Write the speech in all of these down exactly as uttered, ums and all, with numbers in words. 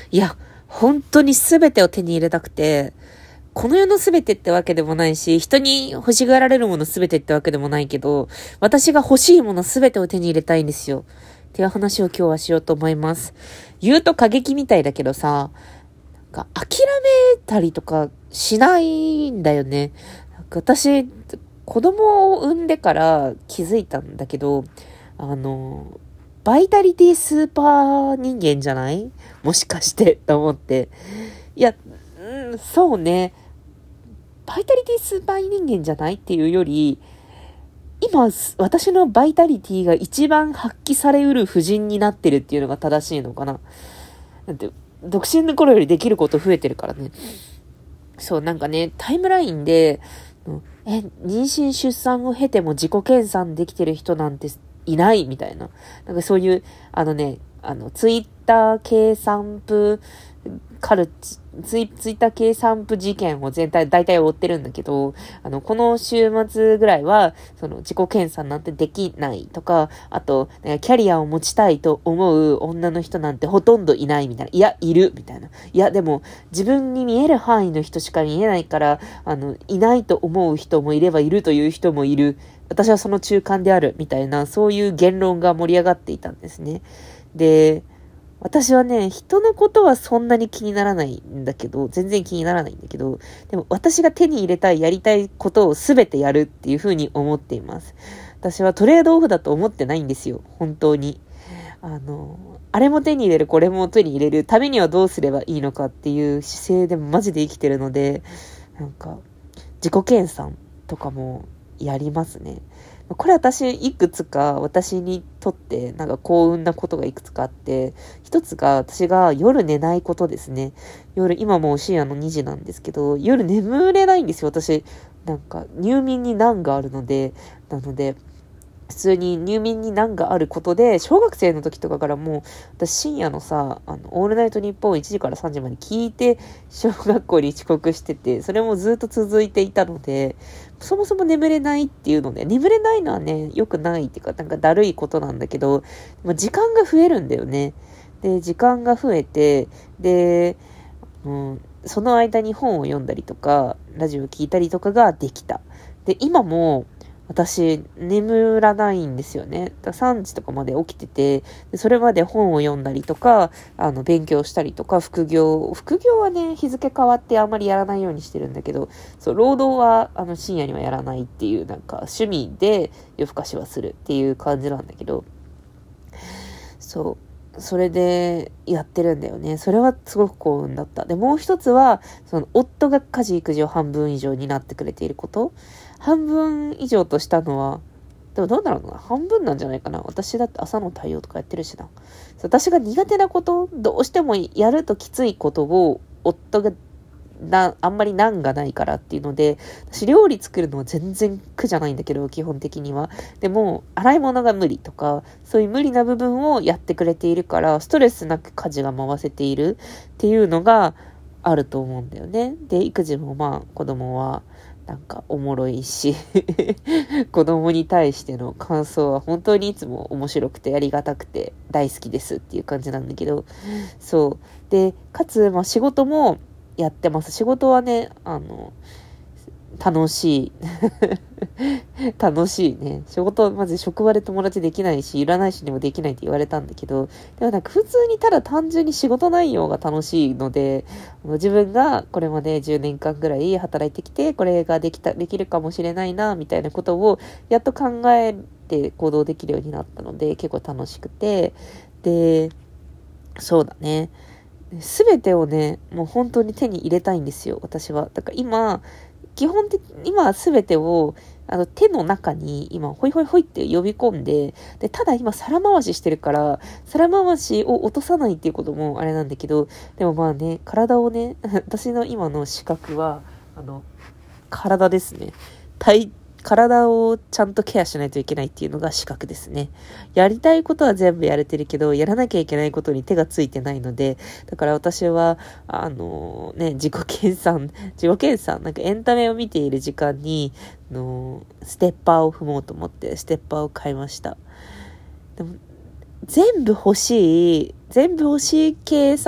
いや、本当に全てを手に入れたくて、この世の全てってわけでもないし、人に欲しがられるもの全てってわけでもないけど、私が欲しいもの全てを手に入れたいんですよ。っていう話を今日はしようと思います。言うと過激みたいだけどさ、なんか諦めたりとかしないんだよね。なんか私、子供を産んでから気づいたんだけど、あの、バイタリティスーパー人間じゃない?もしかしてと思って。いや、うん、そうね。バイタリティスーパー人間じゃないっていうより、今、私のバイタリティが一番発揮されうる婦人になってるっていうのが正しいのかな。だって、独身の頃よりできること増えてるからね。そう、なんかね、タイムラインで、え、妊娠出産を経ても自己研鑽できてる人なんていないみたいな。なんかそういう、あのね、あの、ツイッター系散布カルチ、ツイ、ツイッター系散布事件を全体、大体追ってるんだけど、あの、この週末ぐらいは、その自己検査なんてできないとか、あと、キャリアを持ちたいと思う女の人なんてほとんどいないみたいな。いや、いるみたいな。いや、でも、自分に見える範囲の人しか見えないから、あの、いないと思う人もいればいるという人もいる。私はその中間であるみたいな、そういう言論が盛り上がっていたんですね。で、私はね、人のことはそんなに気にならないんだけど、全然気にならないんだけど、でも私が手に入れたい、やりたいことを全てやるっていうふうに思っています。私はトレードオフだと思ってないんですよ、本当に。あの、あれも手に入れる、これも手に入れるためにはどうすればいいのかっていう姿勢でマジで生きてるので、なんか、自己研鑽とかもやりますね。これ私いくつか私にとってなんか幸運なことがいくつかあって、一つが私が夜寝ないことですね。夜、今もう深夜のにじなんですけど、夜眠れないんですよ、私。なんか入眠に難があるので、なので、普通に入眠に難があることで、小学生の時とかからもう、私深夜のさ、あの、オールナイトニッポンいちじからさんじまで聞いて、小学校に遅刻してて、それもずっと続いていたので、そもそも眠れないっていうので、眠れないのはね、良くないっていうか、なんかだるいことなんだけど、まあ、時間が増えるんだよね。で、時間が増えて、で、うん、その間に本を読んだりとか、ラジオ聞いたりとかができた。で、今も、私、眠らないんですよね。ださんじとかまで起きてて、でそれまで本を読んだりとか、あの、勉強したりとか、副業、副業はね、日付変わってあんまりやらないようにしてるんだけど、そう、労働は、あの、深夜にはやらないっていう、なんか、趣味で夜更かしはするっていう感じなんだけど、そう、それでやってるんだよね。それはすごく幸運だった。で、もう一つは、その、夫が家事育児を半分以上になってくれていること。半分以上としたのは、でもどうだろうな。半分なんじゃないかな。私だって朝の対応とかやってるしな。私が苦手なこと、どうしてもやるときついことを、夫がな、あんまり難がないからっていうので、私料理作るのは全然苦じゃないんだけど、基本的には。でも、洗い物が無理とか、そういう無理な部分をやってくれているから、ストレスなく家事が回せているっていうのがあると思うんだよね。で、育児もまあ、子供は、なんかおもろいし子供に対しての感想は本当にいつも面白くてありがたくて大好きですっていう感じなんだけど、そうでかつ、まあ、仕事もやってます。仕事はね、あの楽しい楽しいね。仕事はまず職場で友達できないし、占い師にもできないって言われたんだけど、でもなんか普通にただ単純に仕事内容が楽しいので、自分がこれまでじゅうねんかんぐらい働いてきて、これができた、できるかもしれないな、みたいなことをやっと考えて行動できるようになったので、結構楽しくて、で、そうだね。すべてをね、もう本当に手に入れたいんですよ、私は。だから今、基本的に今すべてをあの手の中に今ホイホイホイって呼び込んで、でただ今皿回ししてるから皿回しを落とさないっていうこともあれなんだけど、でもまあね、体をね私の今の資格はあの体ですね。体体をちゃんとケアしないといけないっていうのが資格ですね。やりたいことは全部やれてるけど、やらなきゃいけないことに手がついてないので、だから私は、あのー、ね、自己研鑽、自己研鑽、なんかエンタメを見ている時間に、あのー、ステッパーを踏もうと思って、ステッパーを買いました。でも、全部欲しい、全部欲しい計算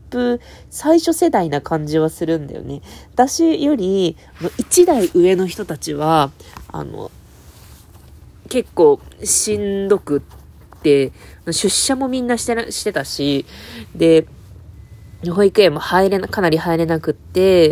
プ最初世代な感じはするんだよね。私より一代上の人たちはあの結構しんどくって出社もみんなしてなしてたし、で保育園も入れなかなり入れなくって、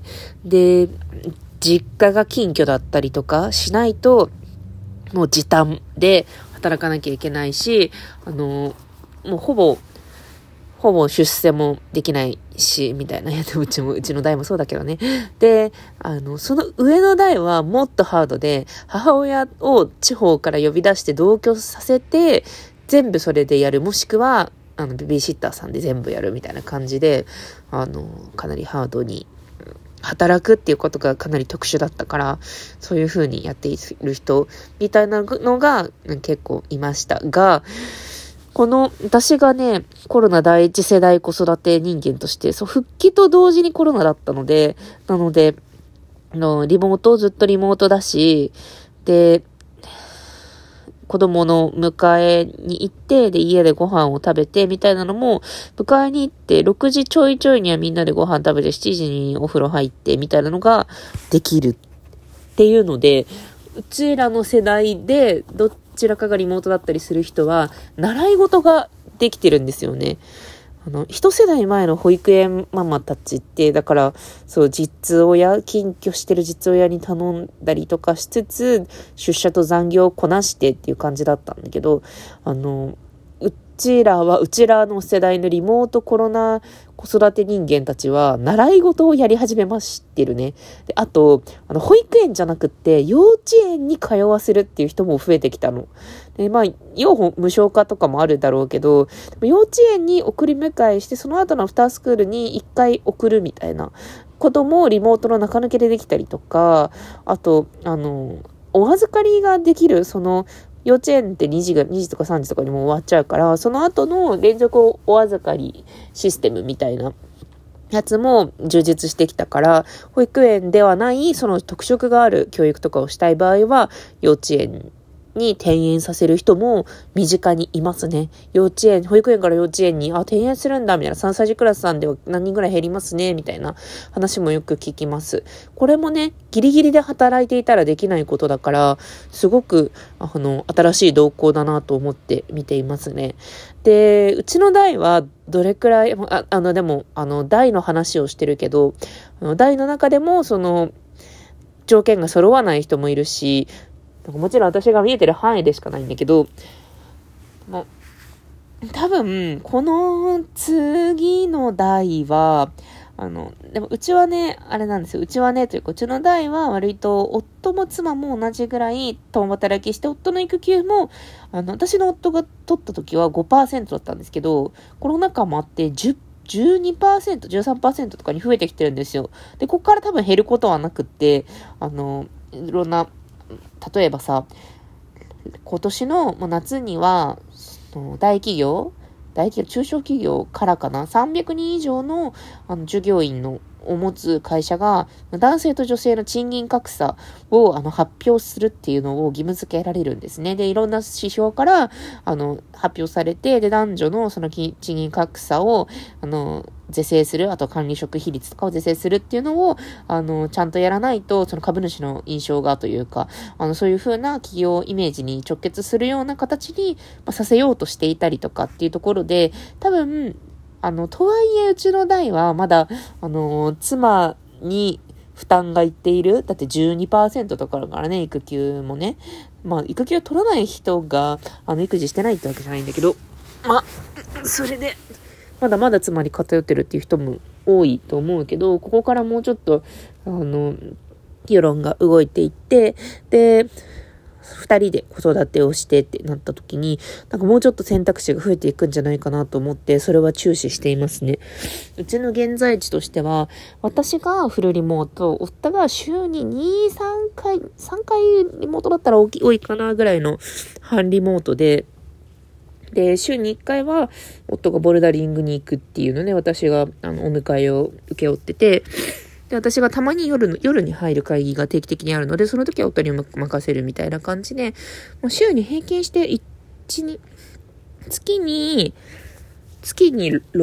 で実家が近居だったりとかしないともう時短で働かなきゃいけないし、あのもうほぼほぼ出世もできないし、みたいな。うちも、うちの代もそうだけどね。で、あの、その上の代はもっとハードで、母親を地方から呼び出して同居させて、全部それでやる。もしくは、あの、ベビーシッターさんで全部やるみたいな感じで、あの、かなりハードに働くっていうことがかなり特殊だったから、そういう風にやっている人みたいなのが結構いましたが、この、私がね、コロナ第一世代子育て人間として、そう、復帰と同時にコロナだったので、なので、あの、リモート、ずっとリモートだし、で、子供の迎えに行って、で、家でご飯を食べて、みたいなのも、迎えに行って、ろくじちょいちょいにはみんなでご飯食べて、しちじにお風呂入って、みたいなのができるっていうので、うちらの世代で、どっちらかがリモートだったりする人は、習い事ができてるんですよね。あの、一世代前の保育園ママたちって、だから、そう、実親、近居してる実親に頼んだりとかしつつ、出社と残業をこなしてっていう感じだったんだけど、あの、うちらは、うちらの世代のリモートコロナ子育て人間たちは、習い事をやり始めましてるね。で、あと、あの、保育園じゃなくって、幼稚園に通わせるっていう人も増えてきたの。で、まあ、養護無償化とかもあるだろうけど、幼稚園に送り迎えして、その後のアフタースクールに一回送るみたいなこともリモートの中抜けでできたりとか、あと、あの、お預かりができる、その、幼稚園ってにじが、にじとかさんじとかにも終わっちゃうから、その後の連続お預かりシステムみたいなやつも充実してきたから、保育園ではないその特色がある教育とかをしたい場合は、幼稚園に転園させる人も身近にいますね。幼稚園、保育園から幼稚園に、あ、転園するんだ、みたいな、さんさい児クラスさんでは何人ぐらい減りますね、みたいな話もよく聞きます。これもね、ギリギリで働いていたらできないことだから、すごく、あの、新しい動向だなと思って見ていますね。で、うちの代は、どれくらい、あ、あの、でも、あの、代の話をしてるけど、あの代の中でも、その、条件が揃わない人もいるし、もちろん私が見えてる範囲でしかないんだけど、まあ、多分、この次の代は、あの、でもうちはね、あれなんですよ。うちはね、というか、うちの代は割と夫も妻も同じぐらい共働きして、夫の育休も、あの、私の夫が取った時は ごパーセント だったんですけど、コロナ禍もあってじゅう、じゅうにパーセント、じゅうさんパーセント とかに増えてきてるんですよ。で、ここから多分減ることはなくって、あの、いろんな、例えばさ、今年の夏には大企業、大企業、中小企業からかな、さんびゃくにん以上の、あの従業員のを持つ会社が男性と女性の賃金格差をあの発表するっていうのを義務付けられるんですね。で、いろんな指標からあの発表されて、で、男女のその賃金格差をあの是正する、あと管理職比率とかを是正するっていうのをあのちゃんとやらないと、その株主の印象がというか、あのそういう風な企業イメージに直結するような形に、まあ、させようとしていたりとかっていうところで、多分あの、とはいえ、うちの代は、まだ、あの、妻に負担がいっている。だって じゅうにパーセント とかだからね、育休もね。まあ、育休を取らない人が、あの、育児してないってわけじゃないんだけど、まあ、それで、まだまだ妻に偏ってるっていう人も多いと思うけど、ここからもうちょっと、あの、世論が動いていって、で、二人で子育てをしてってなった時に、なんかもうちょっと選択肢が増えていくんじゃないかなと思って、それは注視していますね。うちの現在地としては、私がフルリモート、夫が週にに、さんかい、さんかいリモートだったら多い、多いかなぐらいの半リモートで、で、週にいっかいは夫がボルダリングに行くっていうので、私があのお迎えを受け負ってて、で、私がたまに夜の、夜に入る会議が定期的にあるので、その時は夫に任せるみたいな感じで、もう週に平均していち、に、月に、月にろっ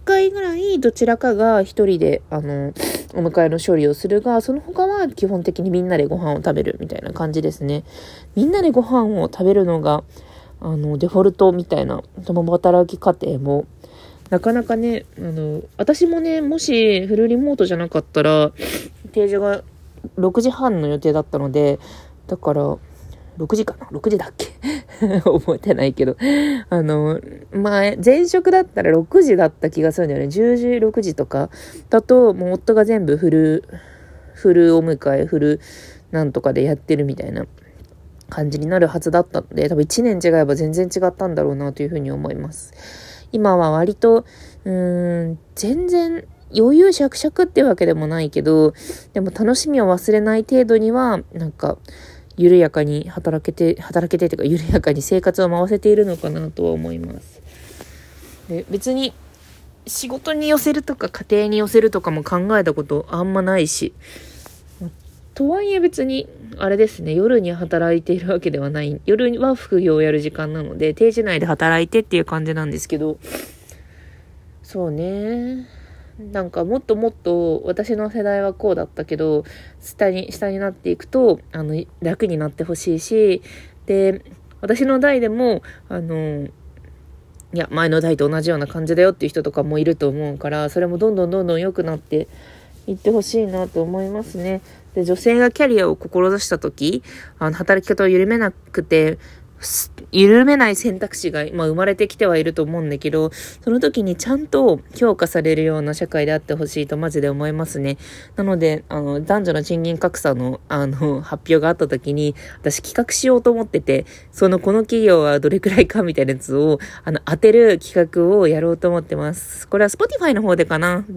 かいぐらいどちらかが一人で、あの、お迎えの処理をするが、その他は基本的にみんなでご飯を食べるみたいな感じですね。みんなでご飯を食べるのが、あの、デフォルトみたいな、共働き家庭も、なかなかね、あの、私もね、もしフルリモートじゃなかったら、定時がろくじはんの予定だったので、だから、ろくじかな ?ろく 時だっけ覚えてないけど。あの、前、前職だったらろくじだった気がするんだよね。じゅうじ、ろくじとかだと、もう夫が全部フル、フルお迎え、フルなんとかでやってるみたいな感じになるはずだったので、多分いちねん違えば全然違ったんだろうなというふうに思います。今は割と、うーん、全然余裕しゃくしゃくってわけでもないけど、でも楽しみを忘れない程度には、なんか、緩やかに働けて、働けてというか、緩やかに生活を回せているのかなとは思います。で、別に、仕事に寄せるとか、家庭に寄せるとかも考えたことあんまないし、とはいえ別に、あれですね、夜に働いているわけではない。夜は副業をやる時間なので、定時内で働いてっていう感じなんですけど、そうね。なんかもっともっと私の世代はこうだったけど、下に、下になっていくと、あの、楽になってほしいし、で、私の代でも、あの、いや、前の代と同じような感じだよっていう人とかもいると思うから、それもどんどんどんどん良くなっていってほしいなと思いますね。で、女性がキャリアを志したとき、あの、働き方を緩めなくて、緩めない選択肢が、まあ、生まれてきてはいると思うんだけど、その時にちゃんと評価されるような社会であってほしいとマジで思いますね。なので、あの、男女の賃金格差の、あの、発表があった時に、私企画しようと思ってて、その、この企業はどれくらいかみたいなやつを、あの、当てる企画をやろうと思ってます。これは Spotify の方でかな。